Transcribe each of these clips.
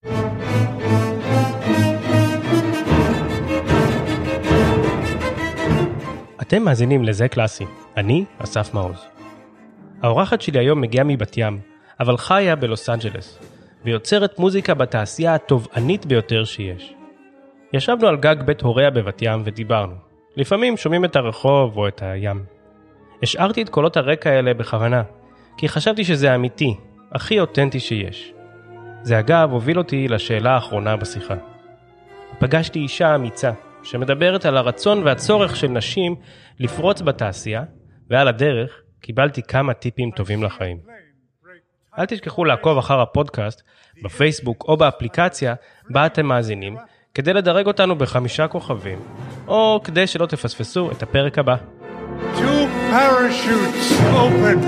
אתם מאזינים לזה קלאסי, אני אסף מעוז. האורחת שלי היום מגיעה מבת ים, אבל חיה בלוס אנג'לס, ויוצרת מוזיקה בתעשייה התובענית ביותר שיש. ישבנו על גג בית הוריה בבת ים ודיברנו. לפעמים שומעים את הרחוב או את הים. השארתי את קולות הרקע האלה בכוונה, כי חשבתי שזה אמיתי, הכי אותנטי שיש. זה אגב הוביל אותי לשאלה האחרונה בשיחה. פגשתי אישה אמיצה, שמדברת על הרצון והצורך של נשים לפרוץ בתעשייה, ועל הדרך קיבלתי כמה טיפים טובים לחיים. אל תשכחו לעקוב אחר הפודקאסט בפייסבוק או באפליקציה בה אתם מאזינים, כדי לדרג אותנו ב5 כוכבים, או כדי שלא תפספסו את הפרק הבא. Two parachutes open.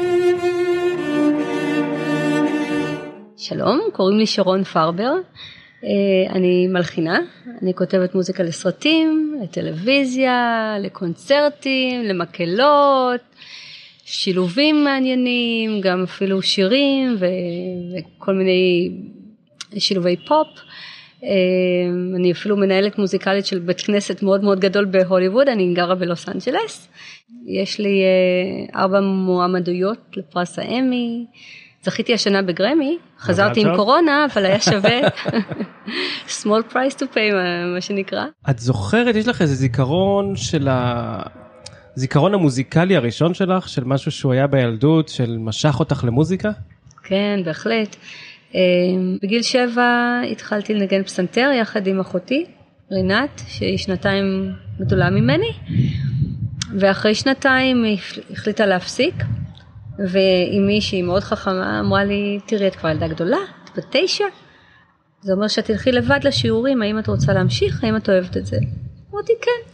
שלום, קוראים לי שרון פרבר. אני מלחינה, אני כותבת מוזיקה לסרטים, לטלוויזיה, לקונצרטים, למקהלות, שילובים מעניינים, גם אפילו שירים וכל מיני שילובי פופ. אני אפילו מנהלת מוזיקלית של בית כנסת מאוד מאוד גדול בהוליווד, אני גרה בלוס אנג'לס. יש לי 4 מועמדויות לפרס האמי. זכיתי השנה בגרמי, חזרתי עם קורונה, אבל היה שווה. small price to pay, מה שנקרא. את זוכרת, יש לך איזה זיכרון של הזיכרון המוזיקלי הראשון שלך, של משהו שהוא היה בילדות, של משך אותך למוזיקה? כן, בהחלט. בגיל 7 התחלתי לנגן פסנתר יחד עם אחותי, רינת, שהיא 2 גדולה ממני, ואחרי 2 היא החליטה להפסיק, ואימי שהיא מאוד חכמה אמרה לי, תראי, את כבר ילדה גדולה, את בת 9, זה אומר שאת תלכי לבד לשיעורים, האם את רוצה להמשיך, האם את אוהבת את זה? אמרתי כן.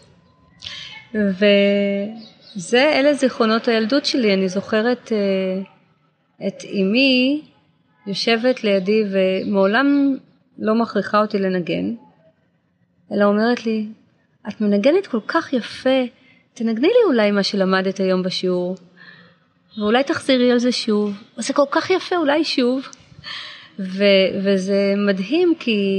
אלה זיכרונות הילדות שלי, אני זוכרת את אימי יושבת לידי ומעולם לא מכריחה אותי לנגן, אלא אומרת לי, את מנגנת כל כך יפה, תנגני לי אולי מה שלמדת היום בשיעור, ואולי תחזירי על זה שוב, זה כל כך יפה, אולי שוב. וזה מדהים,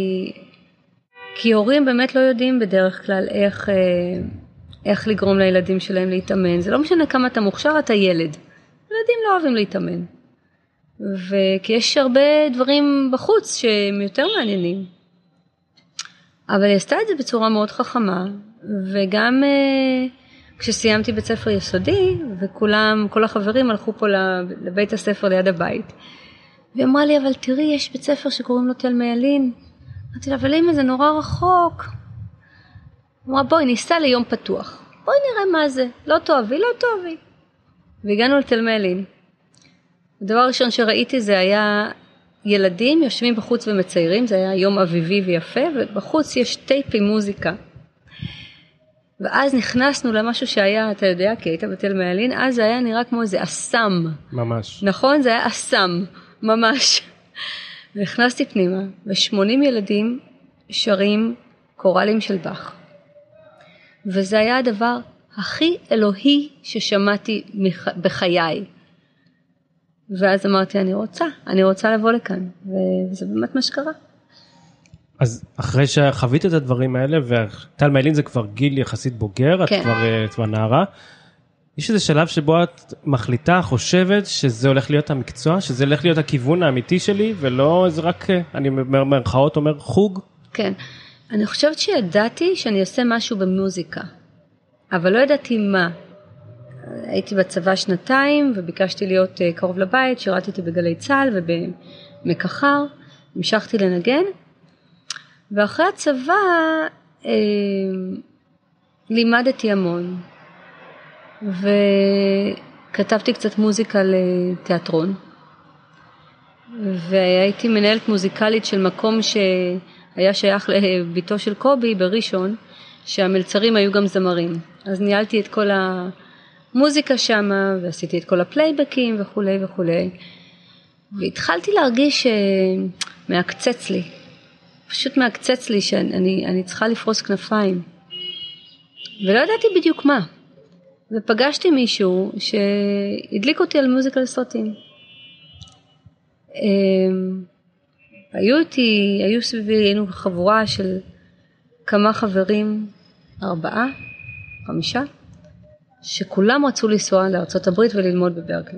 כי הורים באמת לא יודעים בדרך כלל איך לגרום לילדים שלהם להתאמן. זה לא משנה כמה אתה מוכשר, אתה ילד. ילדים לא אוהבים להתאמן. כי יש הרבה דברים בחוץ שהם יותר מעניינים. אבל היא עשתה את זה בצורה מאוד חכמה, וגם כשסיימתי בית ספר יסודי, כל החברים הלכו פה לבית הספר ליד הבית, והיא אמרה לי, אבל תראי, יש בית ספר שקוראים לו תל מיילין. אמרתי לה, אבל אמא, זה נורא רחוק. אמרה, בואי, ניסע ליום פתוח. בואי נראה מה זה. לא תאהבי, לא תאהבי. והגענו לתל מיילין. הדבר הראשון שראיתי זה היה ילדים יושבים בחוץ ומציירים, זה היה יום אביבי ויפה, ובחוץ יש טייפי מוזיקה. ואז נכנסנו למשהו שהיה, אתה יודע, כי היית בתל מיילין, אז זה היה נראה כמו איזה אסם. ממש. נכון? זה היה אסם, ממש. נכנסתי פנימה, ו80 ילדים שרים קורלים של באך. וזה היה הדבר הכי אלוהי ששמעתי בחיי. ואז אמרתי, אני רוצה לבוא לכאן, וזה באמת מה שקרה. אז אחרי שחווית את הדברים האלה, ותל מיילין זה כבר גיל יחסית בוגר, כן. את כבר נערה, יש איזה שלב שבו את מחליטה, חושבת שזה הולך להיות המקצוע, שזה הולך להיות הכיוון האמיתי שלי, ולא זה רק, אני מרכאות אומר, חוג? כן, אני חושבת שידעתי שאני עושה משהו במוזיקה, אבל לא ידעתי מה. הייתי בצבא 2 וביקשתי להיות קרוב לבית, שירתתי בגלי צהל ובמקחר, המשכתי לנגן, ואחרי הצבא לימדתי המון, וכתבתי קצת מוזיקה לתיאטרון, והייתי מנהלת מוזיקלית של מקום שהיה שייך לביתו של קובי בראשון, שהמלצרים היו גם זמרים, אז ניהלתי את כל המוזיקה שם, ועשיתי את כל הפלייבקים וכו' וכו', והתחלתי להרגיש שמעקצץ לי, פשוט מעקצץ לי שאני צריכה לפרוס כנפיים, ולא ידעתי בדיוק מה, ופגשתי מישהו שהדליק אותי על מוזיקה לסרטים. היו סביבי, היינו חבורה של כמה חברים, 4, 5, שכולם רצו לנסוע לארצות הברית וללמוד בברקלי.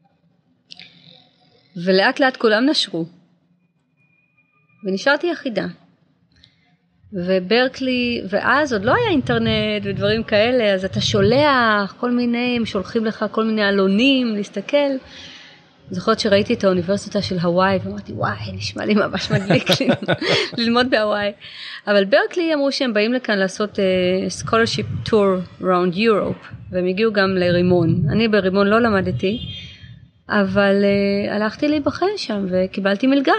ולאט לאט כולם נשרו. ונשארתי יחידה. וברקלי, ואז עוד לא היה אינטרנט ודברים כאלה, אז אתה שולח כל מיני, הם שולחים לך כל מיני אלונים להסתכל. זוכרת שראיתי את האוניברסיטה של הוואי, ואמרתי, וואי, נשמע לי ממש מדליק לי ללמוד בהוואי. אבל ברקלי אמרו שהם באים לכאן לעשות scholarship tour around Europe, והם הגיעו גם לרימון. אני ברימון לא למדתי, אבל הלכתי להיבחן שם, וקיבלתי מלגה.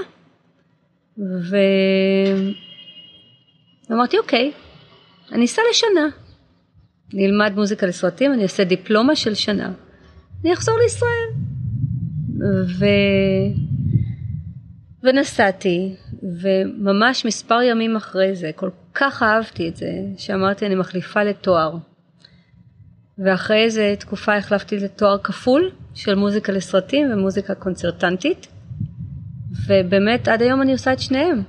ואמרתי, אוקיי, אני אסע לשנה. אני אלמד מוזיקה לסרטים, אני אעשה דיפלומה של שנה. אני אחזור לישראל. ונסעתי, וממש מספר ימים אחרי זה, כל כך אהבתי את זה, שאמרתי אני מחליפה לתואר. ואחרי איזה תקופה החלפתי לתואר כפול, של מוזיקה לסרטים ומוזיקה קונצרטנטית, ובאמת עד היום אני עושה את שניהם.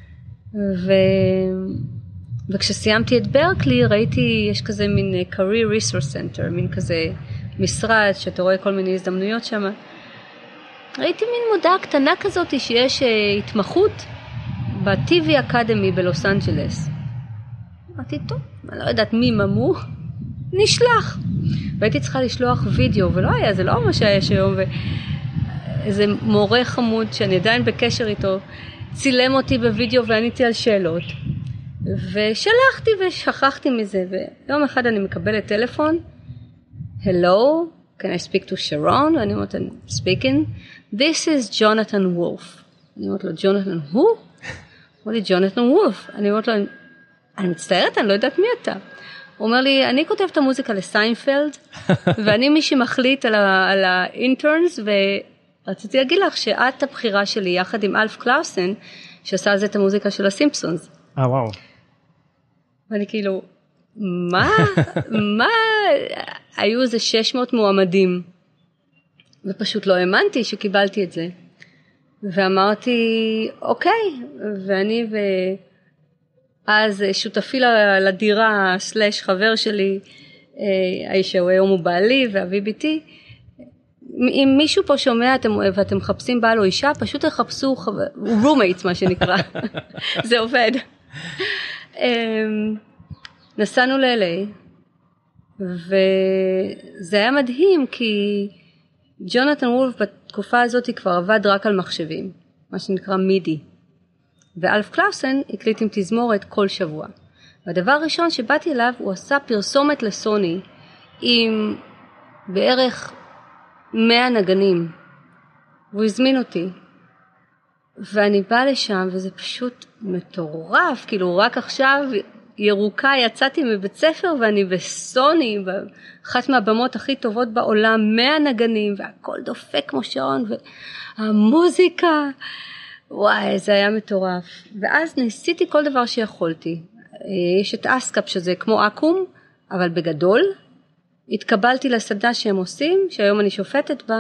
וכשסיימתי את ברקלי, ראיתי, יש כזה מין career resource center, מין כזה משרד, שאתה רואה כל מיני הזדמנויות שם. ראיתי מין מודעה קטנה כזאת שיש התמחות ב-TV אקדמי בלוס אנג'לס. אמרתי, טוב, אני לא יודעת מי ממו, נשלח. והייתי צריכה לשלוח וידאו, ולא היה, זה לא מה שיש היום, ואיזה מורה חמוד שאני עדיין בקשר איתו, צילם אותי בווידאו ועניתי על שאלות. ושלחתי ושכחתי מזה, ויום אחד אני מקבלת טלפון, Hello, can I speak to Sharon? ואני אומרת, speaking. This is Jonathan Wolf. אני אומרת לו, Jonathan who? הוא אומר לי, Jonathan Wolf. אני אומרת לו, אני מצטערת, אני לא יודעת מי אתה. הוא אומר לי, אני כותב את המוזיקה לסיינפלד, ואני מי שמחליט על האינטרנס, ורציתי להגיד לך שאת הבחירה שלי, יחד עם אלף קלאוסן, שעשה על זה את המוזיקה של הסימפסונס. וואו. ואני כאילו, מה? היו איזה 600 מועמדים, ופשוט לא האמנתי שקיבלתי את זה. ואמרתי, אוקיי, ואני ואז שותפי לדירה, סלש חבר שלי, האיש הוא היום הוא בעלי ואבי ביתי, אם מישהו פה שומע ואתם מחפשים בעל או אישה, פשוט תחפשו roommates, מה שנקרא. זה עובד. נסענו ל-LA, וזה היה מדהים, כי ג'ונתן וולף בתקופה הזאת כבר עבד רק על מחשבים, מה שנקרא מידי. ואלף קלאוסן הקליט עם תזמורת כל שבוע. והדבר הראשון שבאתי אליו, הוא עשה פרסומת לסוני, עם בערך 100 נגנים. והוא הזמין אותי. ואני באה לשם, וזה פשוט מטורף, כאילו רק עכשיו ירוקה, יצאתי מבית ספר, ואני בסוני, באחת מהבמות הכי טובות בעולם, 100 נגנים, והכל דופק כמו שעון, והמוזיקה, וואי, זה היה מטורף. ואז ניסיתי כל דבר שיכולתי. יש את אסקאפ, שזה כמו אקום, אבל בגדול. התקבלתי לסדנה שהם עושים, שהיום אני שופטת בה,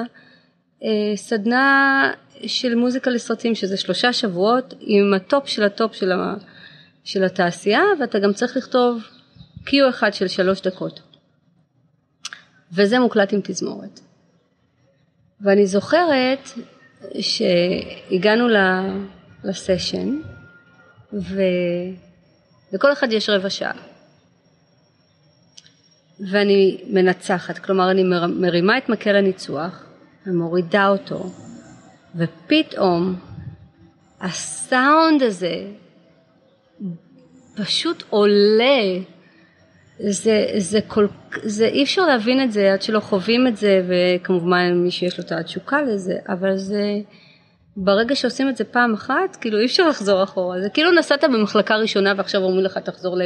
סדנה של מוזיקה לסרטים, שזה 3 שבועות, עם הטופ של הטופ של התעשייה, ואתה גם צריך לכתוב קיו אחד של 3 דקות. וזה מוקלט עם תזמורת. ואני זוכרת שהגענו לסשן, ולכל אחד יש 15 שעה. ואני מנצחת, כלומר אני מרימה את מקל הניצוח, ומורידה אותו, ופתאום הסאונד הזה פשוט עולה, זה אי אפשר להבין את זה עד שלא חווים את זה, וכמובן מי שיש לו את התשוקה לזה, אבל זה ברגע שעושים את זה פעם אחת, כאילו אי אפשר לחזור אחורה, זה כאילו נסעת במחלקה ראשונה ועכשיו אומרים לך תחזור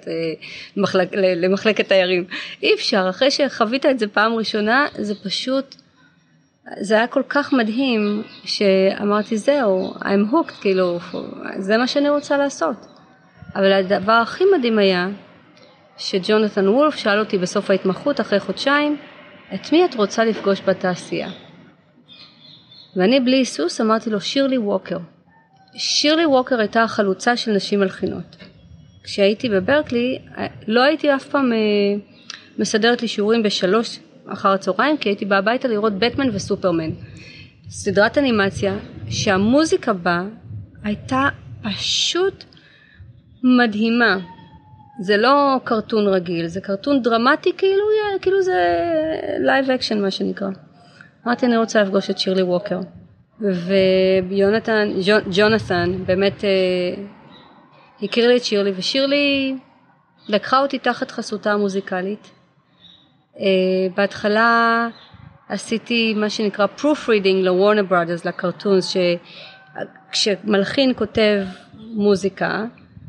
למחלקת תיירים, אי אפשר, אחרי שחווית את זה פעם ראשונה, זה פשוט, זה היה כל כך מדהים שאמרתי זהו, I'm hooked, כאילו זה מה שאני רוצה לעשות. אבל הדבר הכי מדהים היה שג'ונתן וולף שאל אותי בסוף ההתמחות אחרי 2 חודשים, את מי את רוצה לפגוש בתעשייה? ואני בלי היסוס אמרתי לו שירלי ווקר. שירלי ווקר הייתה החלוצה של נשים מלחינות. כשהייתי בברקלי, לא הייתי אף פעם מסדרת לי שיעורים ב3 אחר הצהריים, כי הייתי באה הביתה לראות בטמן וסופרמן. סדרת אנימציה שהמוזיקה בה הייתה פשוט מדהימה. זה לא קרטון רגיל, זה קרטון דרמטי, כאילו זה לייב אקשן מה שנקרא. אמרתי, אני רוצה לפגוש את שירלי ווקר. ג'ונתן באמת הכיר לי את שירלי, ושירלי לקחה אותי תחת חסותה המוזיקלית. בהתחלה עשיתי מה שנקרא proofreading לוורנר ברודרס, לקרטונס, כשמלחין כותב מוזיקה,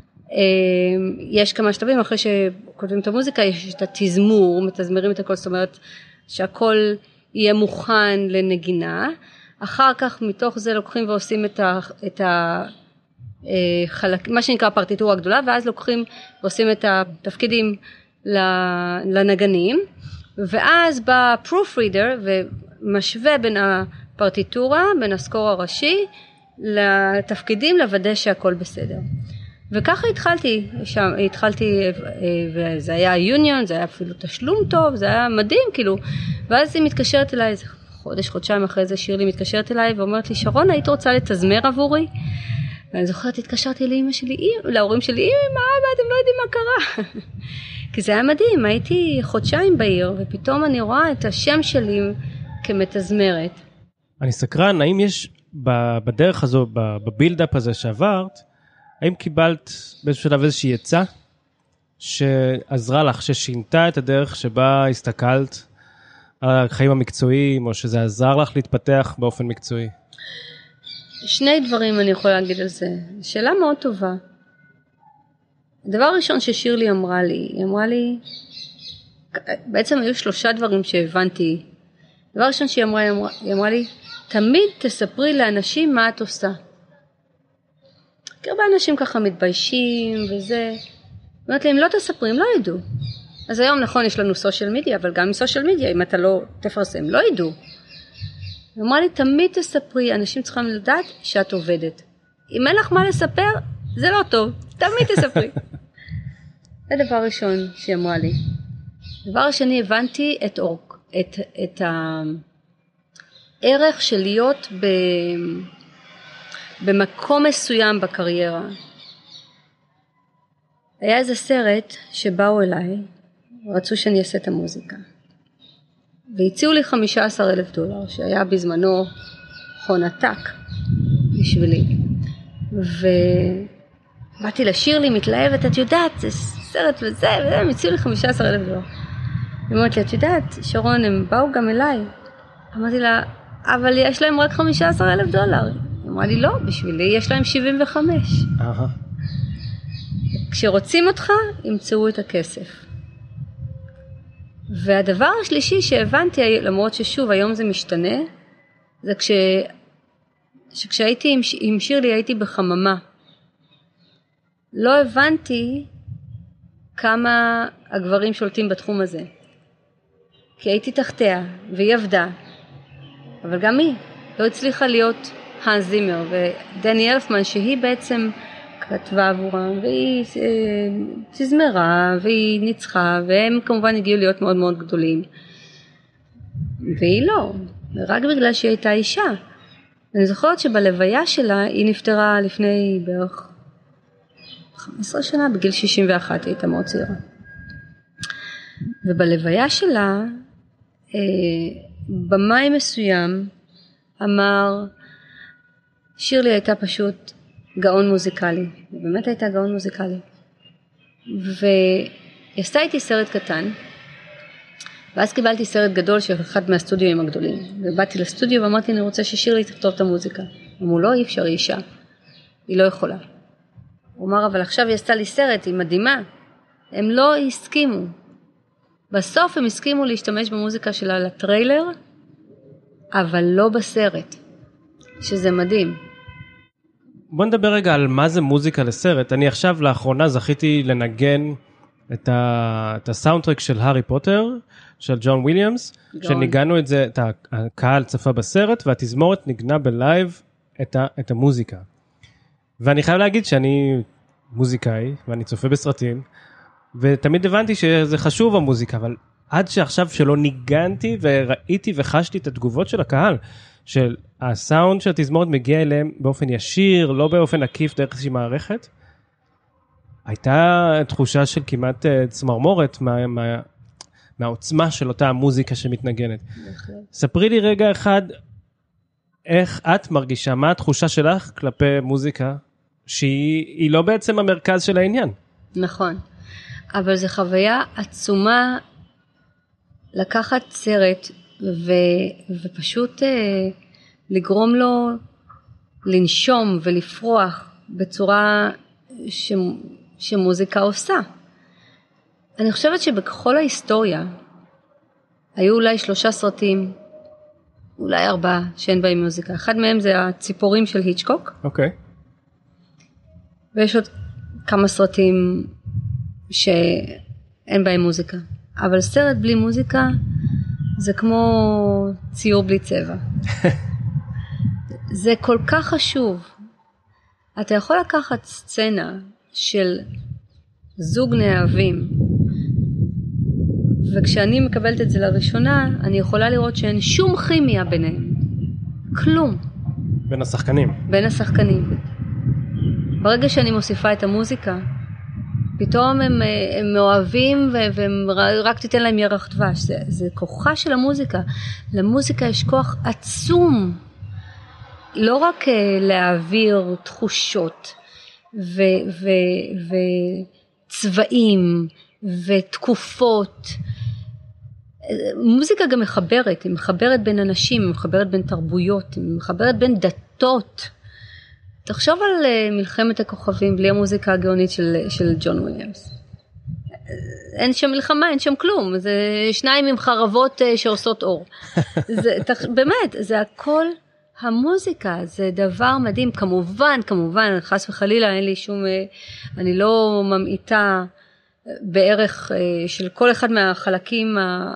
יש כמה שלבים, אחרי שכותבים את המוזיקה, יש את התזמור, מתזמרים את הכל, זאת אומרת שהכל יהיה מוכן לנגינה, אחר כך מתוך זה לוקחים ועושים את מה שנקרא הפרטיטורה הגדולה, ואז לוקחים ועושים את התפקידים לנגנים, ואז בא proofreader ומשווה בין הפרטיטורה, בין הסקור הראשי, לתפקידים, לוודא שהכל בסדר. וככה התחלתי, וזה היה יוניון, זה היה אפילו תשלום טוב, זה היה מדהים, כאילו, ואז היא מתקשרת אליי, איזה חודשיים אחרי זה, שירלי מתקשרת אליי, ואומרת לי, שרון, היית רוצה לתזמר עבורי? ואני זוכרת, התקשרתי לאמא שלי, להורים שלי, אמא, אתם לא יודעים מה קרה. כי זה היה מדהים, הייתי חודשיים בעיר, ופתאום אני רואה את השם שלי כמתזמרת. אני סקרן, האם יש בדרך הזו, בבילדאפ הזה שעברת, האם קיבלת באיזשהו שלב איזושהי עצה שעזרה לך, ששינתה את הדרך שבה הסתכלת על החיים המקצועיים, או שזה עזר לך להתפתח באופן מקצועי? שני דברים אני יכולה להגיד על זה. שאלה מאוד טובה. הדבר הראשון ששירלי אמרה לי, היא אמרה לי, בעצם היו 3 דברים שהבנתי. דבר ראשון שהיא אמרה לי, תמיד תספרי לאנשים מה את עושה. כי הרבה אנשים ככה מתביישים וזה. אומרת לי, אם לא תספרי, הם לא ידעו. אז היום נכון, יש לנו סושיאל מדיה, אבל גם מסושיאל מדיה, אם אתה לא תפרסם, לא ידעו. היא אמרה לי, תמיד תספרי, אנשים צריכים לדעת שאת עובדת. אם אין לך מה לספר, זה לא טוב, תמיד תספרי. זה דבר ראשון שהיא אמרה לי. דבר השני, הבנתי את הערך של להיות במקום מסוים בקריירה. היה איזה סרט שבאו אליי, רצו שאני אעשה את המוזיקה. והציעו לי $15,000, שהיה בזמנו הון עתק בשבילי. ובאתי לשיר לי, מתלהבת, את יודעת, זה סרט וזה, והם הציעו לי $15,000. היא אומרת לי, את יודעת, שרון, הם באו גם אליי. אמרתי לה, אבל יש להם רק $15,000. היא אמרה לי, לא, בשבילי יש להם 75. כשרוצים אותך, ימצאו את הכסף. והדבר השלישי שהבנתי, למרות ששוב, היום זה משתנה, זה שכשהייתי עם שירלי, הייתי בחממה. לא הבנתי כמה הגברים שולטים בתחום הזה. כי הייתי תחתיה, והיא עבדה. אבל גם היא לא הצליחה להיות האנס זימר, ודני אלפמן, שהיא בעצם כתבה עבורה, והיא תזמרה, והיא ניצחה, והם כמובן הגיעו להיות מאוד מאוד גדולים. והיא לא, רק בגלל שהיא הייתה אישה. אני זוכרת שבלוויה שלה, היא נפטרה לפני בערך 15 שנה, בגיל 61, היא הייתה מאוד צעירה. ובלוויה שלה, במאי מסוים, אמר, שירלי הייתה פשוט גאון מוזיקלי, באמת הייתה גאון מוזיקלי. והיא עשתה איתי סרט קטן, ואז קיבלתי סרט גדול של אחד מהסטודיואים הגדולים. ובאתי לסטודיו ואמרתי, אני רוצה ששירלי תכתוב את המוזיקה. אמרו, לא, אי אפשר, היא אישה. היא לא יכולה. הוא אמר, אבל עכשיו היא עשתה לי סרט, היא מדהימה. הם לא הסכימו. בסוף הם הסכימו להשתמש במוזיקה שלה לטריילר, אבל לא בסרט, שזה מדהים. בוא נדבר רגע על מה זה מוזיקה לסרט. אני עכשיו לאחרונה זכיתי לנגן את הסאונדטרק של הארי פוטר, של ג'ון וויליאמס, שניגענו את זה, הקהל צפה בסרט, והתזמורת ניגנה בלייב את המוזיקה. ואני חייב להגיד שאני מוזיקאי, ואני צופה בסרטים, ותמיד הבנתי שזה חשוב המוזיקה, אבל עד שעכשיו שלא ניגנתי וראיתי וחשתי את התגובות של הקהל, של הסאונד של התזמורת מגיע אליהם באופן ישיר, לא באופן עקיף דרך איזושהי מערכת, הייתה תחושה של כמעט צמרמורת מהעוצמה של אותה המוזיקה שמתנגנת. ספרי לי רגע אחד, איך את מרגישה, מה התחושה שלך כלפי מוזיקה, שהיא לא בעצם המרכז של העניין. נכון, אבל זו חוויה עצומה לקחת סרט ופשוט לגרום לו לנשום ולפרוח בצורה שמוזיקה עושה. אני חושבת שבכל ההיסטוריה היו אולי 3 סרטים, אולי 4 שאין בהם מוזיקה. אחד מהם זה הציפורים של היצ'קוק. אוקיי. ויש עוד כמה סרטים שאין בהם מוזיקה. אבל סרט בלי מוזיקה זה כמו ציור בלי צבע. זה כל כך חשוב. אתה יכול לקחת סצנה של זוג נאהבים, וכשאני מקבלת את זה לראשונה, אני יכולה לראות שאין שום כימיה ביניהם. כלום. בין השחקנים. בין השחקנים. ברגע שאני מוסיפה את המוזיקה, פתאום הם מאוהבים ורק תיתן להם ירח דבש. זה כוחה של המוזיקה. למוזיקה יש כוח עצום. לא רק להעביר תחושות וצבעים ותקופות. מוזיקה גם מחברת, היא מחברת בין אנשים, היא מחברת בין תרבויות, היא מחברת בין דתות. תחשוב על מלחמת הכוכבים בלי המוזיקה הגאונית של ג'ון וויליאמס. אין שם מלחמה, אין שם כלום. זה 2 עם חרבות שעושות אור. באמת, זה הכל המוזיקה. זה דבר מדהים. כמובן, חס וחלילה, אין לי שום, אני לא ממעיטה בערך של כל אחד מהחלקים,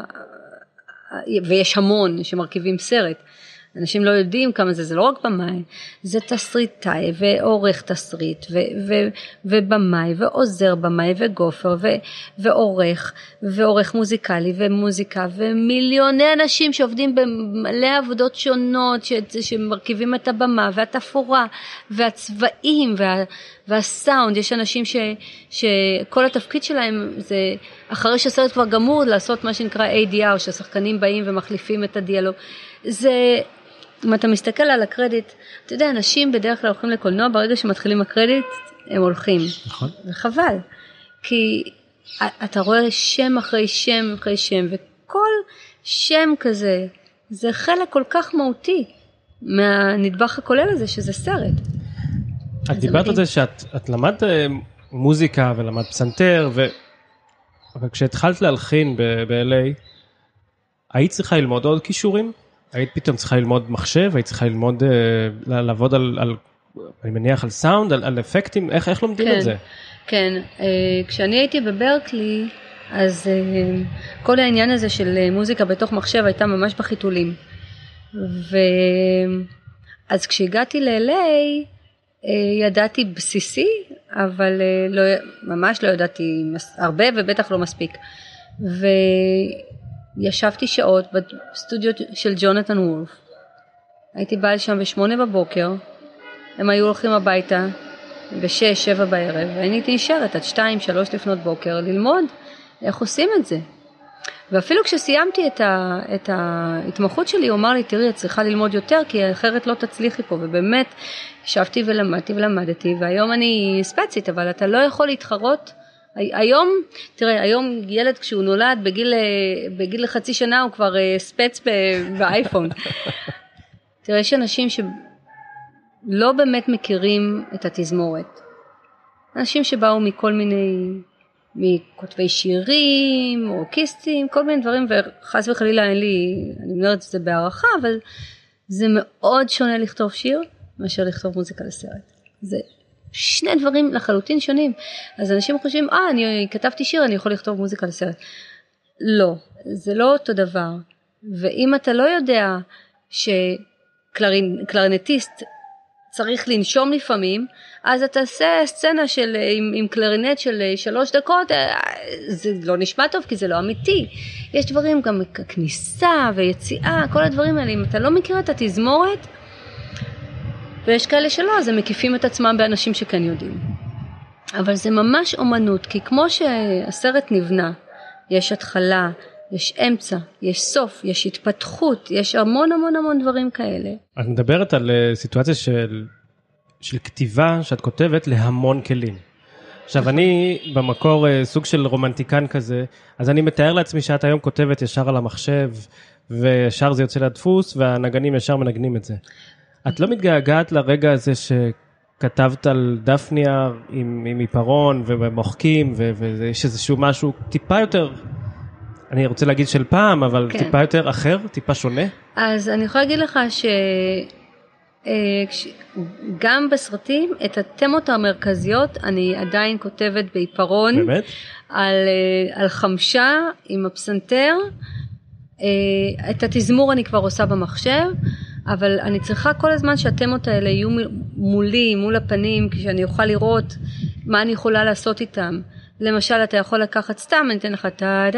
ויש המון שמרכיבים סרט. אנשים לא יודעים כמה זה לא רק במאי, זה תסריטאי ועורך תסריט ובמאי ועוזר במאי וגופר ועורך מוזיקלי ומוזיקה ומיליוני אנשים שעובדים במלא עבודות שונות שמרכיבים את הבמה והתפאורה והצבעים והסאונד. יש אנשים שכל התפקיד שלהם זה אחרי שהסרט כבר גמור לעשות מה שנקרא ADR, שהשחקנים באים ומחליפים את הדיאלוג. זה, אם אתה מסתכל על הקרדיט, אתה יודע, אנשים בדרך כלל הולכים לקולנוע, ברגע שמתחילים הקרדיט, הם הולכים. נכון. וחבל, כי אתה רואה שם אחרי שם אחרי שם, וכל שם כזה, זה חלק כל כך מהותי, מהנדבך הכולל הזה, שזה סרט. את דיברת על זה שאת למדת מוזיקה ולמדת פסנתר, אבל כשהתחלת להלחין ב-LA, היית צריכה ללמוד עוד כישורים? היית פתאום צריכה ללמוד מחשב? היית צריכה ללמוד, לעבוד על אני מניח על סאונד, על אפקטים? איך לומדים את זה? כן, כשאני הייתי בברקלי, אז כל העניין הזה של מוזיקה בתוך מחשב הייתה ממש בחיתולים. אז כשהגעתי ל-LA, ידעתי בסיסי, אבל ממש לא ידעתי הרבה ובטח לא מספיק. וישבתי שעות בסטודיו של ג'ונתן וולף. הייתי באה לשם ב8 בבוקר, הם היו הולכים הביתה ב6-7 בערב, ואני הייתי נשארת עד 2-3 לפנות בוקר ללמוד איך עושים את זה. ואפילו כשסיימתי את ההתמחות שלי, הוא אמר לי, תראי, את צריכה ללמוד יותר, כי אחרת לא תצליחי פה. ובאמת, ישבתי ולמדתי ולמדתי, והיום אני ספצית, אבל אתה לא יכול להתחרות. היום, תראה, היום ילד כשהוא נולד, בגיל חצי שנה, הוא כבר ספץ באייפון. תראה, יש אנשים שלא באמת מכירים את התזמורת. אנשים שבאו מכל מיני, מכותבי שירים, אורקיסטים, כל מיני דברים, וחס וחלילה אין לי, אני אומרת את זה בהערכה, אבל זה מאוד שונה לכתוב שיר, מאשר לכתוב מוזיקה לסרט. זה שני דברים לחלוטין שונים. אז אנשים חושבים, אני כתבתי שיר, אני יכול לכתוב מוזיקה לסרט. לא, זה לא אותו דבר. ואם אתה לא יודע שקלרנטיסט צריך לנשום לפעמים, אז אתה עושה סצנה עם קלרינט של 3 דקות, זה לא נשמע טוב כי זה לא אמיתי. יש דברים גם כניסה ויציאה, כל הדברים האלה, אם אתה לא מכיר את התזמורת, ויש כאלה שלא, אז הם מקיפים את עצמם באנשים שכן יודעים. אבל זה ממש אומנות, כי כמו שהסרט נבנה, יש התחלה, יש אמצע, יש סוף, יש התפתחות, יש המון המון המון דברים כאלה. את מדברת על סיטואציה של כתיבה שאת כותבת להמון כלים. עכשיו אני במקור סוג של רומנטיקן כזה, אז אני מתאר לעצמי שאת היום כותבת ישר על המחשב, וישר זה יוצא לדפוס, והנגנים ישר מנגנים את זה. את לא מתגעגעת לרגע הזה שכתבת על דף נייר עם עיפרון ומוחקים, ויש איזשהו משהו טיפה יותר, אני רוצה להגיד של פעם, אבל כן. טיפה יותר אחר, טיפה שונה? אז אני יכולה להגיד לך גם בסרטים, את התמות המרכזיות אני עדיין כותבת בעיפרון, באמת? על חמשה עם הפסנתר, את התזמור אני כבר עושה במחשב, אבל אני צריכה כל הזמן שהתמות האלה יהיו מולי, מול הפנים, כשאני אוכל לראות מה אני יכולה לעשות איתם. למשל, אתה יכול לקחת סתם, אני אתן לך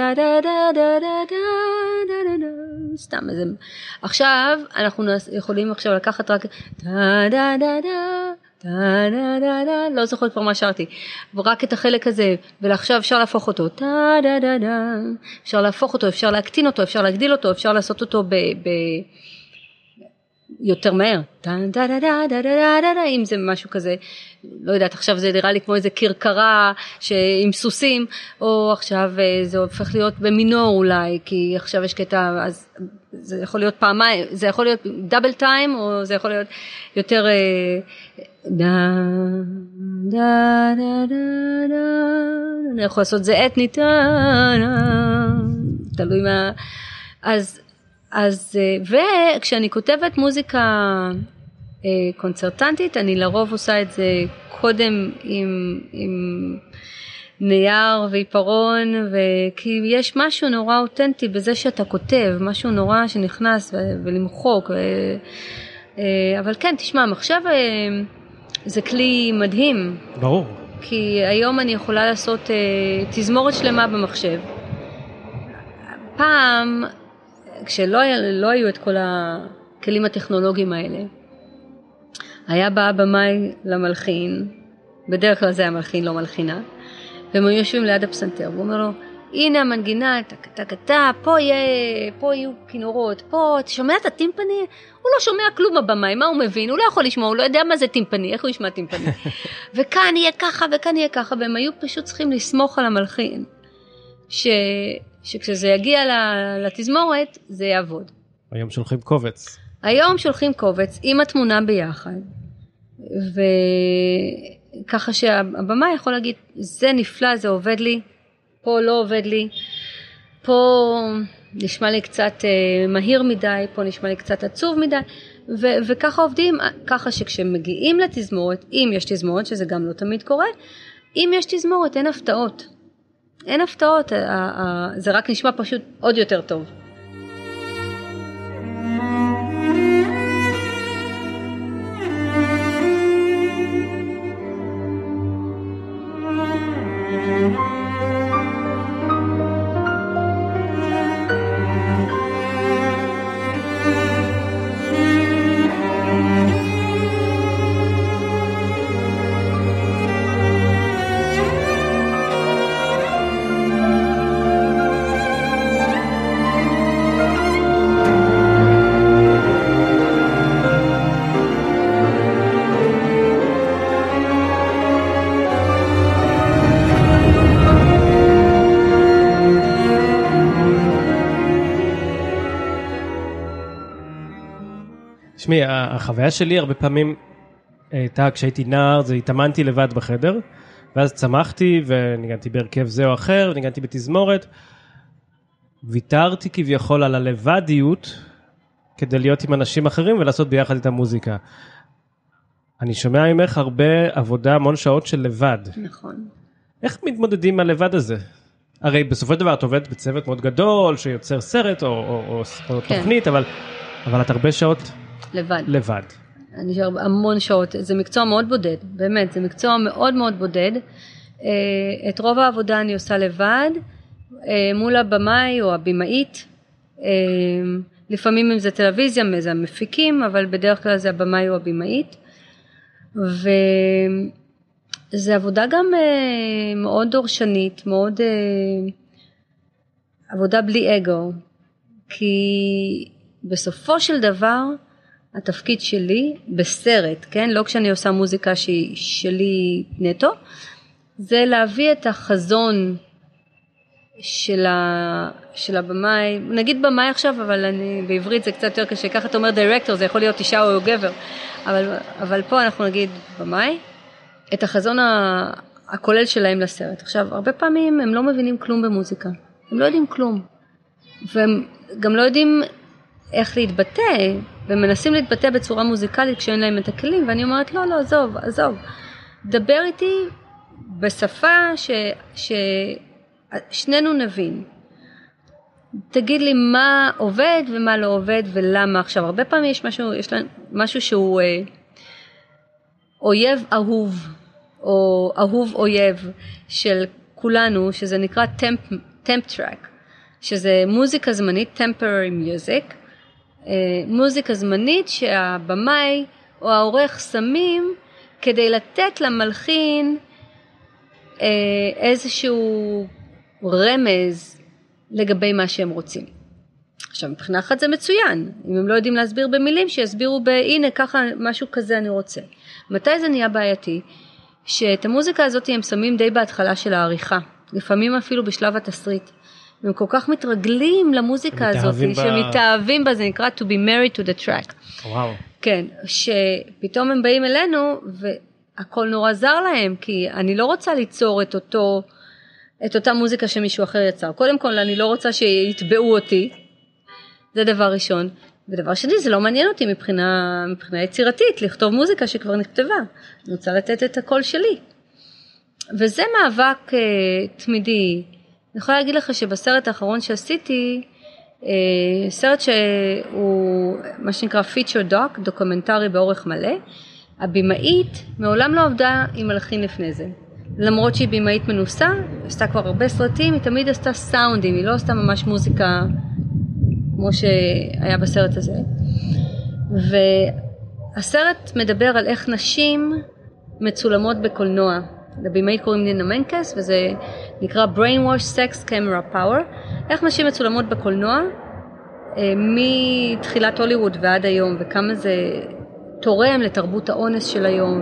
סתם איזה. עכשיו, אנחנו יכולים עכשיו לקחת רק לא זוכרת כבר מה שרתי, ורק את החלק הזה, ולעכשיו אפשר להפוך אותו, אפשר להפוך אותו, אפשר להקטין אותו, אפשר להגדיל אותו, אפשר לעשות אותו יותר מהר, אם זה משהו כזה, לא יודעת, עכשיו זה נראה לי כמו איזה קרקרה עם סוסים, או עכשיו זה הופך להיות במינור אולי, כי עכשיו יש קטע, אז זה יכול להיות פעמיים, זה יכול להיות דאבל טיים, או זה יכול להיות יותר אני יכול לעשות זה אתני, תלוי מה, אז וכשאני כותבת מוזיקה קונצרטנטית, אני לרוב עושה את זה קודם עם נייר ועיפרון, כי יש משהו נורא אותנטי בזה שאתה כותב, משהו נורא שנכנס ולמחוק, אבל כן, תשמע, מחשב זה כלי מדהים. ברור. כי היום אני יכולה לעשות תזמורת שלמה במחשב. פעם, כשלא היו את כל הכלים הטכנולוגיים האלה, היה בא במאי למלחין, בדרך כלל זה היה מלחין, לא מלחינה, והם היו יושבים ליד הפסנתר, והוא אומר לו, הנה המנגינה, תקטה, פה יהיו כינורות, פה, אתה שומע את הטימפני? הוא לא שומע כלום הבמאי, מה הוא מבין? הוא לא יכול לשמוע, הוא לא יודע מה זה טימפני, איך הוא ישמע טימפני? וכאן יהיה ככה, וכאן יהיה ככה, והם היו פשוט צריכים לסמוך על המלחין, שכשזה יגיע לתזמורת, זה יעבוד. היום שולחים קובץ. היום שולחים קובץ עם התמונה ביחד, וככה שהבמה יכול להגיד, זה נפלא, זה עובד לי, פה לא עובד לי, פה נשמע לי קצת מהיר מדי, פה נשמע לי קצת עצוב מדי, וככה עובדים, ככה שכשמגיעים לתזמורת, אם יש תזמורת, שזה גם לא תמיד קורה, אם יש תזמורת, אין הפתעות. אין הפתעות, זה רק נשמע פשוט עוד יותר טוב. תשמעי, החוויה שלי הרבה פעמים הייתה, כשהייתי נער, זה התאמנתי לבד בחדר, ואז צמחתי וניגנתי בהרכב זה או אחר, וניגנתי בתזמורת, ויתרתי כביכול על הלבדיות, כדי להיות עם אנשים אחרים ולעשות ביחד את המוזיקה. אני שומע ממך הרבה עבודה, המון שעות של לבד. נכון. איך מתמודדים על לבד הזה? הרי בסופו של דבר את עובדת בצוות מאוד גדול, שיוצר סרט או כן. תוכנית, אבל את הרבה שעות לבד. אני נשאר המון שעות, זה מקצוע מאוד בודד, באמת, זה מקצוע מאוד מאוד בודד. את רוב העבודה אני עושה לבד, מול הבמאי או הבמאית, לפעמים אם זה טלוויזיה, זה המפיקים, אבל בדרך כלל זה הבמאי או הבמאית. וזה עבודה גם מאוד דורשנית, מאוד עבודה בלי אגו, כי בסופו של דבר, התפקיד שלי בסרט, כן? לא כשאני עושה מוזיקה שהיא שלי נטו, זה להביא את החזון של הבמאי, נגיד במאי עכשיו, אבל בעברית זה קצת יותר קשה, ככה אתה אומר דירקטור, זה יכול להיות אישה או גבר, אבל פה אנחנו נגיד במאי, את החזון הכולל שלהם לסרט. עכשיו, הרבה פעמים הם לא מבינים כלום במוזיקה, הם לא יודעים כלום, והם גם לא יודעים איך להתבטא, ומנסים להתבטא בצורה מוזיקלית כשאין להם את הכלים, ואני אומרת, לא, עזוב, דבר איתי בשפה ששנינו נבין. תגיד לי מה עובד ומה לא עובד ולמה. עכשיו, הרבה פעמים יש משהו שהוא אויב אהוב, או אהוב אויב של כולנו, שזה נקרא temp track, שזה מוזיקה זמנית, temporary music, מוזיקה זמנית שהבמאי או העורך שמים כדי לתת למלחין איזשהו רמז לגבי מה שהם רוצים. עכשיו, מבחינה אחת זה מצוין. אם הם לא יודעים להסביר במילים, שיסבירו הנה ככה, משהו כזה אני רוצה. מתי זה נהיה בעייתי? שאת המוזיקה הזאת הם שמים די בהתחלה של העריכה. לפעמים אפילו בשלב התסריט. הם כל כך מתרגלים למוזיקה הזאת, שמתאהבים בה, זה נקרא to be married to the track. וואו. כן, שפתאום הם באים אלינו, והכל נורא זר להם, כי אני לא רוצה ליצור את אותה מוזיקה שמישהו אחר יצר. קודם כל, אני לא רוצה שיתבעו אותי, זה דבר ראשון. ודבר שני, זה לא מעניין אותי מבחינה יצירתית, לכתוב מוזיקה שכבר נכתבה. אני רוצה לתת את הקול שלי. וזה מאבק תמידי. אני יכולה להגיד לך שבסרט האחרון שעשיתי, סרט שהוא מה שנקרא feature doc, דוקומנטרי באורך מלא, הבמאית מעולם לא עבדה עם מלחין לפני זה. למרות שהיא במאית מנוסה, עשתה כבר הרבה סרטים, היא תמיד עשתה סאונדים, היא לא עשתה ממש מוזיקה כמו שהיה בסרט הזה. והסרט מדבר על איך נשים מצולמות בקולנוע. לבמאית קוראים נינה מנקס, וזה נקרא Brainwash Sex Camera Power. איך נשים מצולמות בקולנוע, מתחילת הוליווד ועד היום, וכמה זה תורם לתרבות האונס של היום.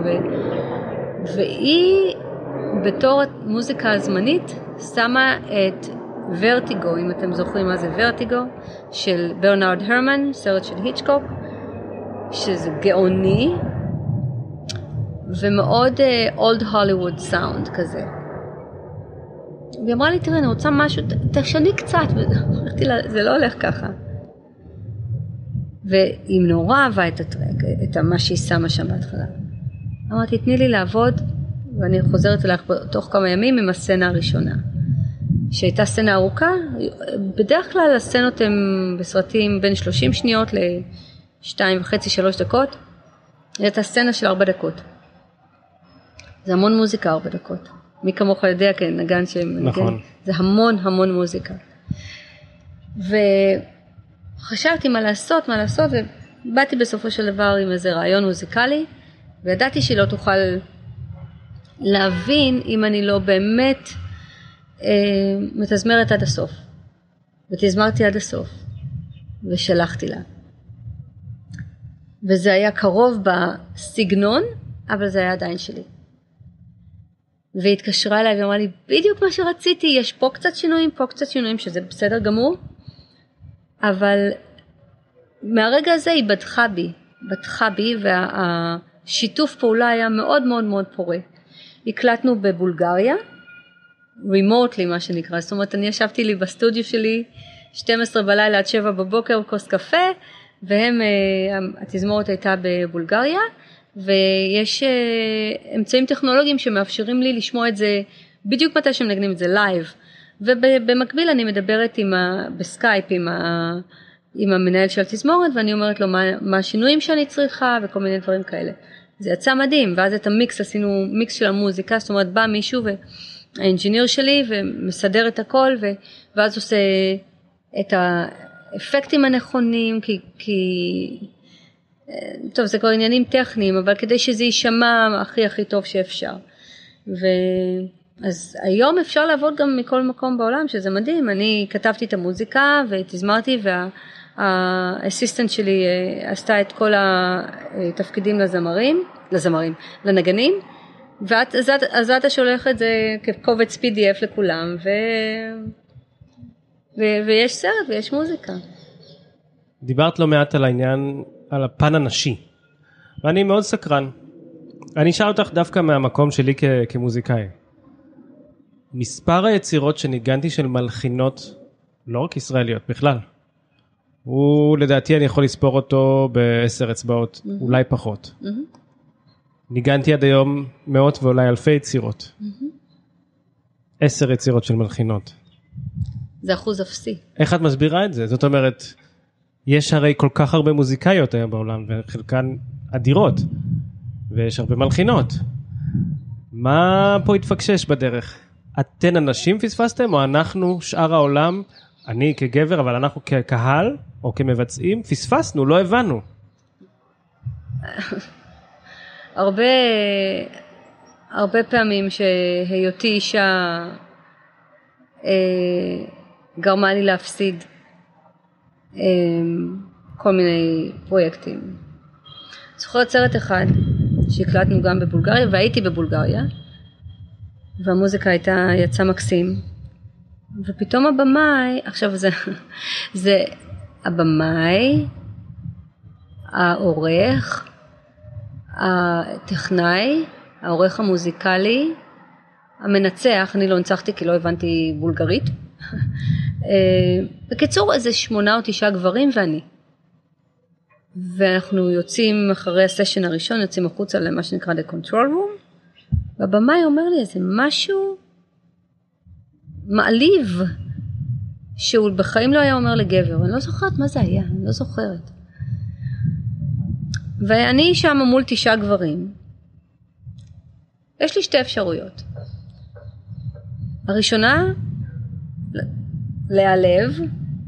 והיא, בתור המוזיקה הזמנית, שמה את ורטיגו, אם אתם זוכרים מה זה ורטיגו, של ברנרד הרמן, סרט של היצ'קוק, שזה גאוני, ומאוד old Hollywood sound כזה. והיא אמרה לי, תראה, אני רוצה משהו, תשני קצת, ואמרתי לה, זה לא הולך ככה. והיא נורא אהבה את הטרק, את מה שהיא שמה שם בהתחלה. אמרתי, תני לי לעבוד, ואני חוזרת אליך תוך כמה ימים עם הסצנה הראשונה. שהייתה סצנה ארוכה, בדרך כלל הסצנות הן בסרטים בין 30 שניות ל2.5-3 דקות. הייתה סצנה של 4 דקות. זה המון מוזיקה 4 דקות. מי כמוך יודע, כן, נגן שמנגן. נכון. זה המון מוזיקה. וחשבתי מה לעשות, ובאתי בסופו של דבר עם איזה רעיון מוזיקלי, וידעתי שהיא לא תוכל להבין אם אני לא באמת מתזמרת עד הסוף. ותזמרתי עד הסוף, ושלחתי לה. וזה היה קרוב בסגנון, אבל זה היה עדיין שלי. והיא התקשרה אליי ואמרה לי, בדיוק מה שרציתי, יש פה קצת שינויים, שזה בסדר גמור, אבל מהרגע הזה היא בטחה בי, והשיתוף פעולה היה מאוד מאוד מאוד פורה. הקלטנו בבולגריה, remotely מה שנקרא, זאת אומרת, אני ישבתי לי בסטודיו שלי, 12 בלילה עד 7 בבוקר, כוס קפה, והם, התזמורת הייתה בבולגריה, ויש אמצעים טכנולוגיים שמאפשרים לי לשמוע את זה בדיוק מתי שמנגנים את זה לייב, ובמקביל אני מדברת בסקייפ עם עם המנהל של התזמורת, ואני אומרת לו מה השינויים שאני צריכה, וכל מיני דברים כאלה. זה יצא מדהים, ואז את המיקס, עשינו מיקס של המוזיקה, זאת אומרת, בא מישהו, והאינג'יניר שלי, ומסדר את הכל, ואז עושה את האפקטים הנכונים, טוב, זה כבר עניינים טכניים, אבל כדי שזה יישמע הכי טוב שאפשר. אז היום אפשר לעבוד גם מכל מקום בעולם, שזה מדהים. אני כתבתי את המוזיקה ותזמרתי, והאסיסטנט שלי עשתה את כל התפקידים לנגנים, אז אתה שולח את זה כקובץ PDF לכולם, ויש סרט ויש מוזיקה. דיברת לא מעט על העניין, על הפן הנשי, ואני מאוד סקרן. אני אשאל אותך דווקא מהמקום שלי כמוזיקאי. מספר היצירות שניגנתי של מלחינות, לא רק ישראליות, בכלל. הוא, לדעתי, אני יכול לספור אותו ב10 אצבעות, אולי פחות. ניגנתי עד היום מאות ואולי אלפי יצירות. 10 יצירות של מלחינות. זה אחוז אפסי. איך את מסבירה את זה? זאת אומרת, יש הרי כל כך הרבה מוזיקאיות היום בעולם, וחלקן אדירות, ויש הרבה מלחינות. מה פה התפקשש בדרך? אתן אנשים פספסתם, או אנחנו, שאר העולם, אני כגבר, אבל אנחנו כקהל, או כמבצעים, פספסנו, לא הבנו. הרבה פעמים שהיותי אישה גרמה לי להפסיד כל מיני פרויקטים. זוכרת סרט אחד שהקלטנו גם בבולגריה, והייתי בבולגריה, והמוזיקה יצא מקסים, ופתאום הבמאי, עכשיו זה הבמאי, העורך, הטכנאי, העורך המוזיקלי, המנצח, אני לא נצחתי כי לא הבנתי בולגרית. בקיצור, איזה 8 או 9 גברים ואני. ואנחנו יוצאים אחרי הסשן הראשון, יוצאים החוצה למה שנקרא The Control Room, והבמאי אומר לי איזה משהו מעליב, שהוא בחיים לא היה אומר לגבר. אני לא זוכרת מה זה היה, אני לא זוכרת. ואני שם מול 9 גברים. יש לי 2 אפשרויות. הראשונה, להיעלב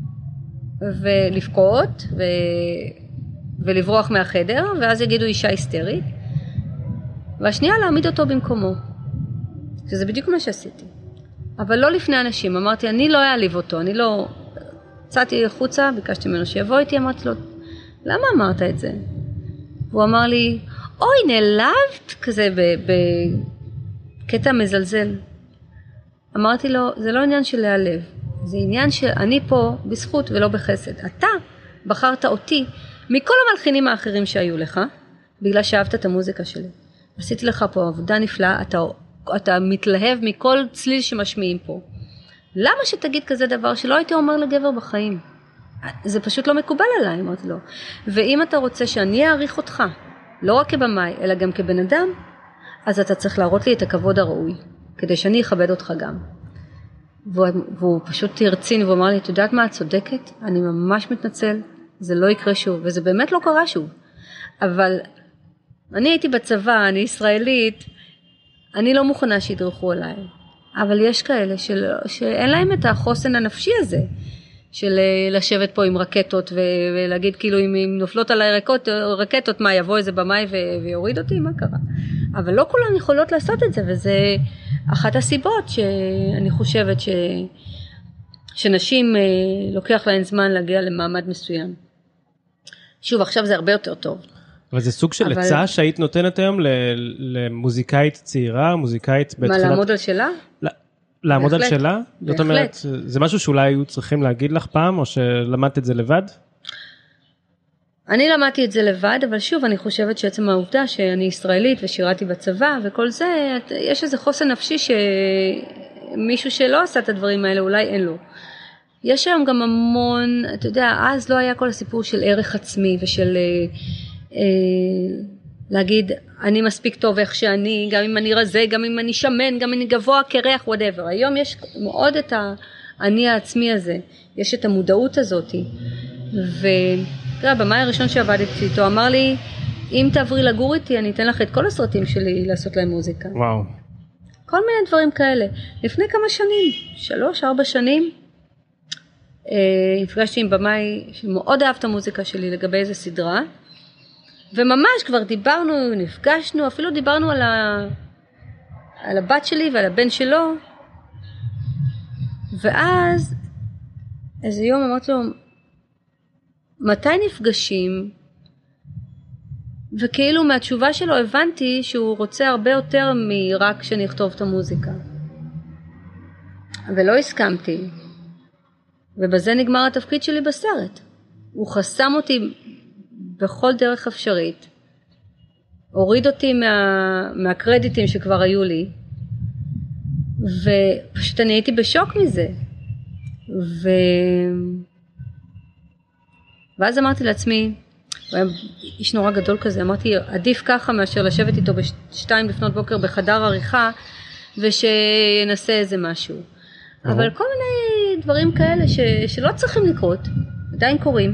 ולבכות ולברוח מהחדר, ואז יגידו אישה היסטרית. והשנייה, להעמיד אותו במקומו. שזה בדיוק מה שעשיתי. אבל לא לפני אנשים. אמרתי, אני לא אעליב אותו, אני לא... צאתי החוצה, ביקשתי ממנו שיבוא איתי, אמרתי לו, למה אמרת את זה? והוא אמר לי, אוי, נעלבת? כזה בקטע מזלזל. אמרתי לו, זה לא עניין של להעלב, זה עניין שאני פה בזכות ולא בחסד. אתה בחרת אותי מכל המלחינים האחרים שהיו לך, בגלל שאהבת את המוזיקה שלי. עשיתי לך פה עבודה נפלאה, אתה מתלהב מכל צליל שמשמיעים פה. למה שתגיד כזה דבר שלא הייתי אומר לגבר בחיים? זה פשוט לא מקובל עליי, אמרתי לו. ואם אתה רוצה שאני אעריך אותך, לא רק כבמאי, אלא גם כבן אדם, אז אתה צריך להראות לי את הכבוד הראוי, כדי שאני אכבד אותך גם. והוא פשוט הרצין, והוא אמר לי, את יודעת מה, את צודקת? אני ממש מתנצל, זה לא יקרה שוב, וזה באמת לא קרה שוב. אבל אני הייתי בצבא, אני ישראלית, אני לא מוכנה שידרכו עליי. אבל יש כאלה שאין להם את החוסן הנפשי הזה, של לשבת פה עם רקטות ולהגיד כאילו אם נופלות עליי רקטות, מה יבוא איזה במאי ויוריד אותי, מה קרה? אבל לא כולן יכולות לעשות את זה, וזה אחת הסיבות שאני חושבת שנשים לוקח להן זמן להגיע למעמד מסוים. שוב, עכשיו זה הרבה יותר טוב. אבל זה סוג של עצה שהיית נותנת היום למוזיקאית צעירה, מוזיקאית בתחילת... מה, לעמוד על שלה? לעמוד על שלה? זאת אומרת, זה משהו שאולי היו צריכים להגיד לך פעם, או שלמדת את זה לבד? אני למדתי את זה לבד, אבל שוב, אני חושבת שעצם העובדה שאני ישראלית ושירתי בצבא וכל זה, יש איזה חוסן נפשי שמישהו שלא עשה את הדברים האלה, אולי אין לו. יש היום גם המון, אתה יודע, אז לא היה כל הסיפור של ערך עצמי ושל להגיד, אני מספיק טוב איך שאני, גם אם אני רזה, גם אם אני שמן, גם אם אני גבוה, קרח, whatever. היום יש מאוד את האני העצמי הזה, יש את המודעות הזאת, והבמאי הראשון שעבדתי איתו אמר לי, אם תעברי לגור איתי, אני אתן לך את כל הסרטים שלי לעשות להם מוזיקה. וואו. כל מיני דברים כאלה. לפני כמה שנים, 3-4 שנים, הפגשתי עם במאי שמאוד אהב את המוזיקה שלי לגבי איזה סדרה, וממש כבר דיברנו, נפגשנו, אפילו דיברנו על הבת שלי ועל הבן שלו, ואז איזה יום אמרתי לו, מתי נפגשים? וכאילו מהתשובה שלו הבנתי שהוא רוצה הרבה יותר מרק שאני אכתוב את המוזיקה. ולא הסכמתי. ובזה נגמר התפקיד שלי בסרט. הוא חסם אותי בכל דרך אפשרית. הוריד אותי מהקרדיטים שכבר היו לי. ופשוט אני הייתי בשוק מזה. ואז אמרתי לעצמי, הוא היה איש נורא גדול כזה, אמרתי, עדיף ככה מאשר לשבת איתו ב2 לפנות בוקר בחדר עריכה, ושינסה איזה משהו. אבל כל מיני דברים כאלה שלא צריכים לקרות, עדיין קורים.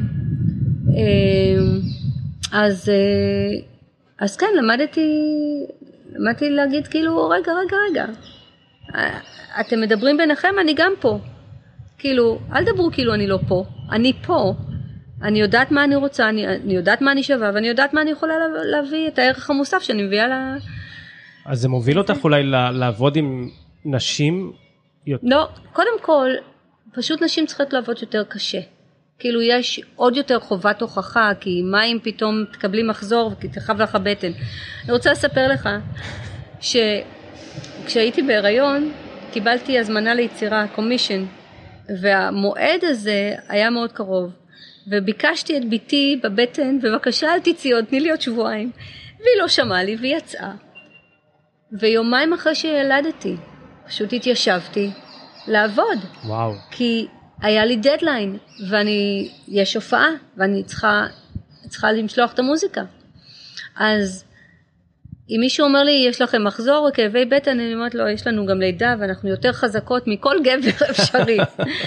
אז כן, למדתי להגיד כאילו, רגע. אתם מדברים ביניכם, אני גם פה. כאילו, אל דברו כאילו אני לא פה, אני פה. אני יודעת מה אני רוצה, אני יודעת מה אני שווה, ואני יודעת מה אני יכולה להביא, את הערך המוסף שאני מביאה לה... אז זה מוביל אותך אולי לעבוד עם נשים? לא, קודם כל, פשוט נשים צריכות לעבוד יותר קשה. כאילו יש עוד יותר חובת הוכחה, כי מה אם פתאום תקבלי מחזור ותכאב לך בטן. אני רוצה לספר לך, שכשהייתי בהיריון, קיבלתי הזמנה ליצירה, קומישן, והמועד הזה היה מאוד קרוב. וביקשתי את ביתי בבטן, בבקשה אל תצאי עוד, תני לי עוד שבועיים. והיא לא שמעה לי והיא יצאה. ויומיים אחרי שילדתי, פשוט התיישבתי לעבוד. וואו. כי היה לי דדליין, יש הופעה, ואני צריכה למשלוח את המוזיקה. אז אם מישהו אומר לי, יש לכם מחזור או כאבי בטן, אני אומרת לו, יש לנו גם לידה, ואנחנו יותר חזקות מכל גבר אפשרי.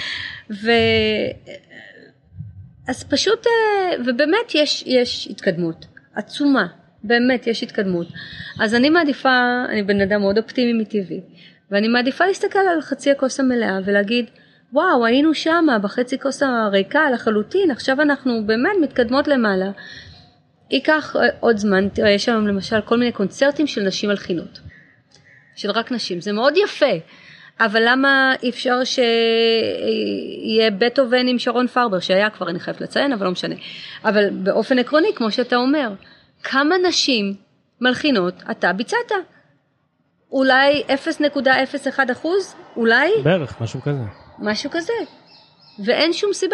אז פשוט, ובאמת יש התקדמות, עצומה, באמת יש התקדמות. אז אני מעדיפה, אני בן אדם מאוד אופטימי מטבעי, ואני מעדיפה להסתכל על חצי הכוס המלאה ולהגיד, וואו, היינו שמה בחצי כוס הריקה לחלוטין, עכשיו אנחנו באמת מתקדמות למעלה. ייקח עוד זמן, תראה, יש היום למשל כל מיני קונצרטים של נשים מלחינות, של רק נשים, זה מאוד יפה. אבל למה אי אפשר שיהיה בטהובן עם שרון פרבר, שהיה כבר, אני חייבת לציין, אבל לא משנה. אבל באופן עקרוני, כמו שאתה אומר, כמה נשים מלחינות אתה ביצעת? אולי 0.01%? אולי? בערך, משהו כזה. משהו כזה. ואין שום סיבה,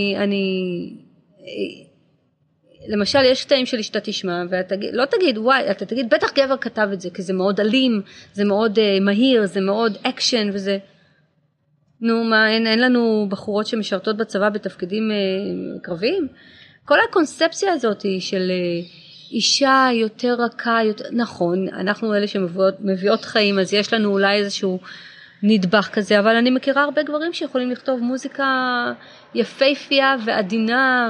למשל, יש קטעים שלי שאתה תשמע, לא תגיד, וואי, אתה תגיד, בטח גבר כתב את זה, כי זה מאוד אלים, זה מאוד מהיר, זה מאוד אקשן, וזה... נו, מה, אין לנו בחורות שמשרתות בצבא בתפקידים קרביים? כל הקונספציה הזאת של אישה יותר רכה, נכון, אנחנו אלה שמביאות חיים, אז יש לנו אולי איזשהו נדבך כזה, אבל אני מכירה הרבה גברים שיכולים לכתוב מוזיקה יפהפייה ועדינה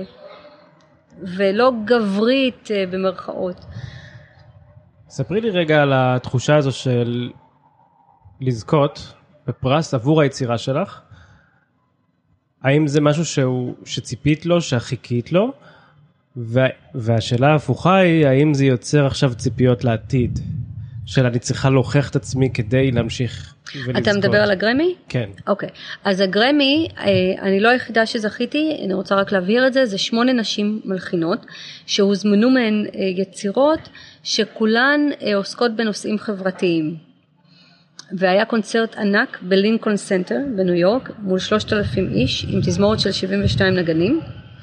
ולא גברית במרכאות. ספרי לי רגע על התחושה הזו של לזכות בפרס עבור היצירה שלך. האם זה משהו שציפית לו, שחיכית לו? והשאלה ההפוכה היא, האם זה יוצר עכשיו ציפיות לעתיד? של אני צריכה להוכיח את עצמי כדי להמשיך ולזכות. אתה מדבר על הגרמי? כן. אוקיי. אז הגרמי, אני לא היחידה שזכיתי, אני רוצה רק להבהיר את זה, זה 8 נשים מלחינות, שהוזמנו מהן יצירות, שכולן עוסקות בנושאים חברתיים. והיה קונצרט ענק בלינקולן סנטר בניו יורק, מול 3,000 איש, עם תזמורת של 72 נגנים.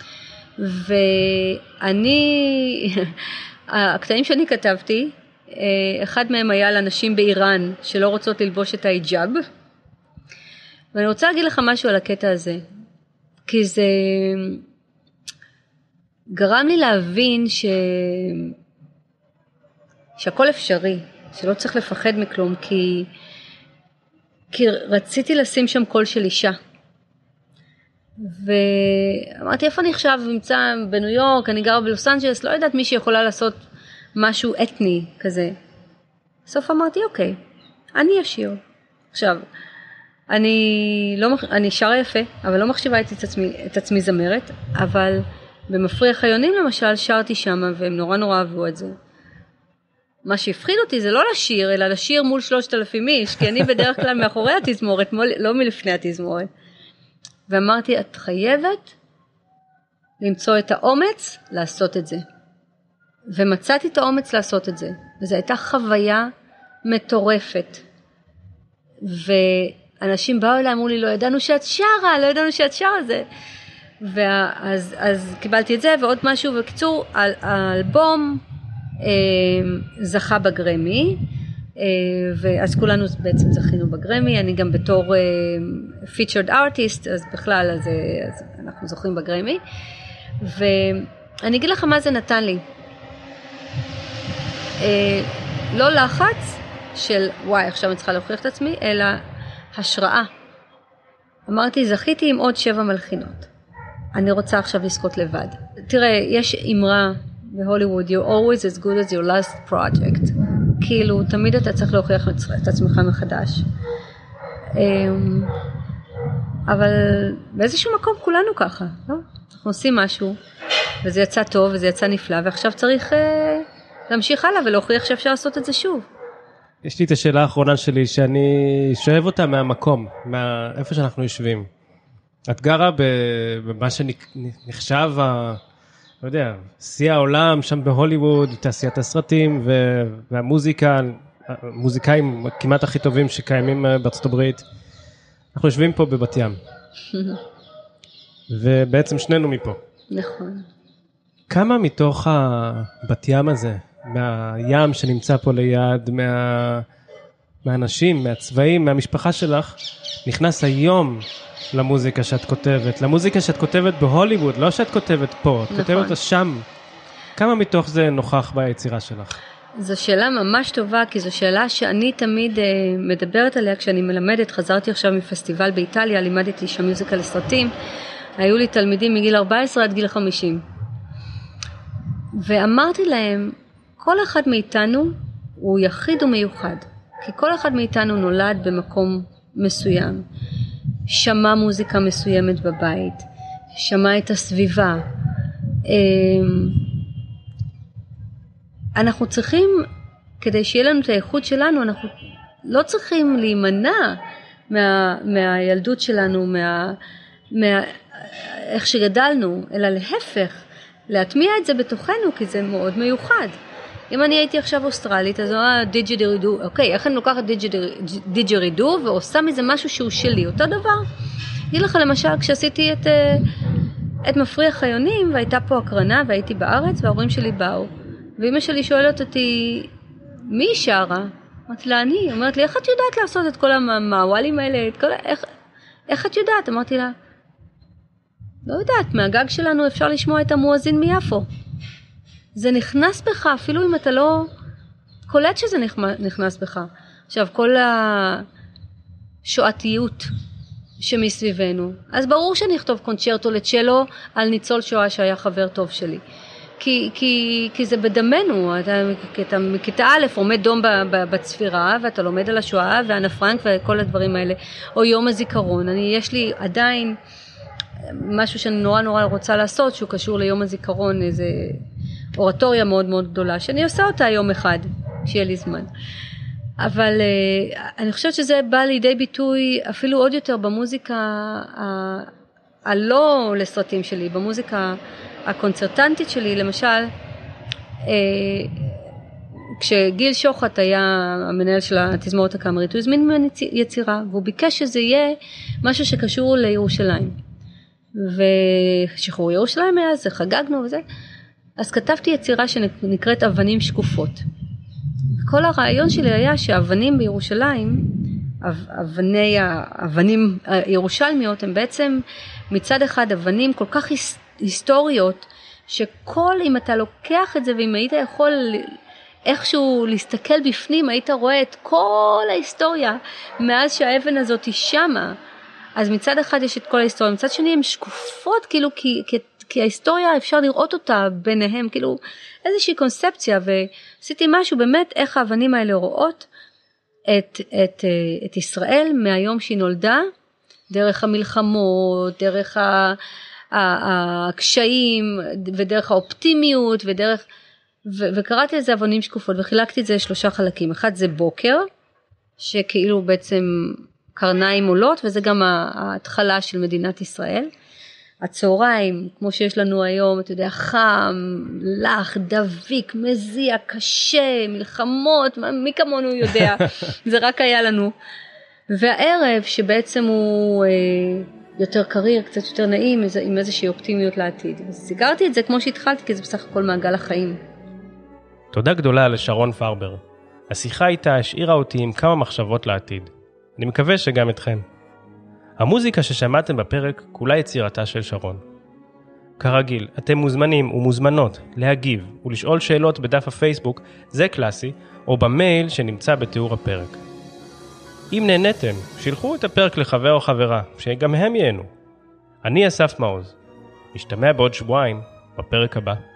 ואני, הקטעים שאני כתבתי, אחד מהם היה לנשים באיראן שלא רוצות ללבוש את ההיג'אב. ואני רוצה להגיד לך משהו על הקטע הזה, כי זה גרם לי להבין שהכל אפשרי, שלא צריך לפחד מכלום, כי רציתי לשים שם קול של אישה. ואמרתי, איפה אני עכשיו נמצא בניו יורק, אני גרה בלוס אנג'לס, לא יודעת מי שיכולה לעשות משהו אתני כזה. בסוף אמרתי, אוקיי, אני אשיר. עכשיו, אני שרה יפה, אבל לא מחשיבה את עצמי זמרת, אבל במפריח היונים למשל שרתי שם, והם נורא נורא אהבו את זה. מה שהפחיד אותי זה לא לשיר, אלא לשיר מול 3,000 איש, כי אני בדרך כלל מאחורי התזמורת, לא מלפני התזמורת. ואמרתי, את חייבת למצוא את האומץ לעשות את זה. ומצאתי את האומץ לעשות את זה. וזו הייתה חוויה מטורפת. ואנשים באו אליי, אמרו לי, לא ידענו שאת שרה זה. אז קיבלתי את זה ועוד משהו, וקיצור, האלבום זכה בגרמי, ואז כולנו בעצם זכינו בגרמי, אני גם בתור featured artist, אז בכלל אז אנחנו זוכים בגרמי, ואני אגיד לך מה זה נתן לי. לא לחץ של וואי עכשיו אני צריכה להוכיח את עצמי, אלא השראה. אמרתי זכיתי עם עוד 7 מלחינות, אני רוצה עכשיו לזכות לבד. תראה, יש אמרה בהוליווד, you're always as good as your last project. כאילו, תמיד אתה צריך להוכיח את עצמך מחדש. אבל באיזשהו מקום כולנו ככה, לא? אנחנו עושים משהו, וזה יצא טוב, וזה יצא נפלא, ועכשיו צריך להמשיך הלאה ולהוכיח שאפשר לעשות את זה שוב. יש לי את השאלה האחרונה שלי, שאני שואב אותה מהמקום, מאיפה שאנחנו יושבים. את גרה במה שנחשב לא יודע, שיא העולם שם בהוליווד, תעשיית הסרטים והמוזיקה, המוזיקאים כמעט הכי טובים שקיימים בארצות הברית. אנחנו יושבים פה בבת ים. ובעצם שנינו מפה. נכון. כמה מתוך הבת ים הזה, מהים שנמצא פה ליד, מהאנשים, מהצבעים, מהמשפחה שלך, נכנס היום למוזיקה שאת כותבת, למוזיקה שאת כותבת בהוליווד, לא שאת כותבת פה, את כותבת אותה שם. כמה מתוך זה נוכח ביצירה שלך? זו שאלה ממש טובה, כי זו שאלה שאני תמיד מדברת עליה כשאני מלמדת. חזרתי עכשיו מפסטיבל באיטליה, לימדתי שם מוזיקה לסרטים, היו לי תלמידים מגיל 14 עד גיל 50. ואמרתי להם, כל אחד מאיתנו הוא יחיד ומיוחד, כי כל אחד מאיתנו נולד במקום מסוים, שמע מוזיקה מסוימת בבית, שמע את הסביבה. אנחנו צריכים, כדי שיהיה לנו את האיכות שלנו, אנחנו לא צריכים להימנע מהילדות שלנו, איך שגדלנו, אלא להפך, להטמיע את זה בתוכנו, כי זה מאוד מיוחד. אם אני הייתי עכשיו אוסטרלית, אז דיג'רידו, אוקיי, איך אני לוקחת דיג'רידו ועושה מזה משהו שהוא שלי, אותו דבר. אגיד לך למשל, כשעשיתי את מפריח היונים, והייתה פה הקרנה, והייתי בארץ, וההורים שלי באו, ואמא שלי שואלת אותי, מי שרה? אמרתי לה, אני. אומרת לי, איך את יודעת לעשות את כל המעוולים האלה? איך את יודעת? אמרתי לה, לא יודעת, מהגג שלנו אפשר לשמוע את המואזין מיפו. זה נכנס בך, אפילו אם אתה לא קולט שזה נכנס בך. עכשיו, כל השואתיות שמסביבנו, אז ברור שאני אכתוב קונצ'רטו לצ'לו על ניצול שואה שהיה חבר טוב שלי. כי זה בדמנו, אתה מכיתה א' עומד דום בצפירה, ואתה לומד על השואה ואנה פרנק וכל הדברים האלה, או יום הזיכרון. יש לי עדיין משהו שאני נורא רוצה לעשות, שהוא קשור ליום הזיכרון, איזה אורטוריה מאוד מאוד גדולה, שאני עושה אותה יום אחד, שיהיה לי זמן. אבל אני חושבת שזה בא לידי ביטוי אפילו עוד יותר במוזיקה הלא לסרטים שלי, במוזיקה הקונצרטנטית שלי. למשל, כשגיל שוחט היה המנהל של התזמורת הקאמרית, הוא הזמין ממני יצירה, והוא ביקש שזה יהיה משהו שקשור לירושלים. ושחרור ירושלים היה, זה חגגנו וזה. אז כתבתי יצירה שנקראת אבנים שקופות. כל הרעיון שלי היה שאבנים בירושלים, האבנים הירושלמיות, הם בעצם מצד אחד אבנים כל כך היסטוריות, אם אתה לוקח את זה, ואם היית יכול איכשהו להסתכל בפנים, היית רואה את כל ההיסטוריה, מאז שהאבן הזאת היא שמה, אז מצד אחד יש את כל ההיסטוריה, מצד שני הן שקופות, כאילו, כי ההיסטוריה אפשר לראות אותה ביניהם, כאילו, איזושהי קונספציה, ועשיתי משהו באמת איך האבנים האלה רואות את ישראל מהיום שהיא נולדה, דרך המלחמות, דרך הקשיים, ודרך האופטימיות, וקראתי לזה אבנים שקופות, וחילקתי את זה לשלושה חלקים. אחד זה בוקר, שכאילו בעצם קרניים עולות, וזה גם ההתחלה של מדינת ישראל. הצהריים, כמו שיש לנו היום, אתה יודע, חם, לח, דביק, מזיע, קשה, מלחמות, מי כמונו יודע, זה רק היה לנו. והערב, שבעצם הוא יותר קריר, קצת יותר נעים, עם איזושהי אופטימיות לעתיד. אז סיגרתי את זה כמו שהתחלתי, כי זה בסך הכל מעגל החיים. תודה גדולה לשרון פרבר. השיחה איתה השאירה אותי עם כמה מחשבות לעתיד. אני מקווה שגם אתכם. המוזיקה ששמעתם בפרק כולה יצירתה של שרון. כרגיל, אתם מוזמנים ומוזמנות להגיב ולשאול שאלות בדף הפייסבוק, זה קלאסי, או במייל שנמצא בתיאור הפרק. אם נהניתם, שילחו את הפרק לחבר או חברה, שגם הם ייהנו. אני אסף מעוז. נשתמע בעוד שבועיים בפרק הבא.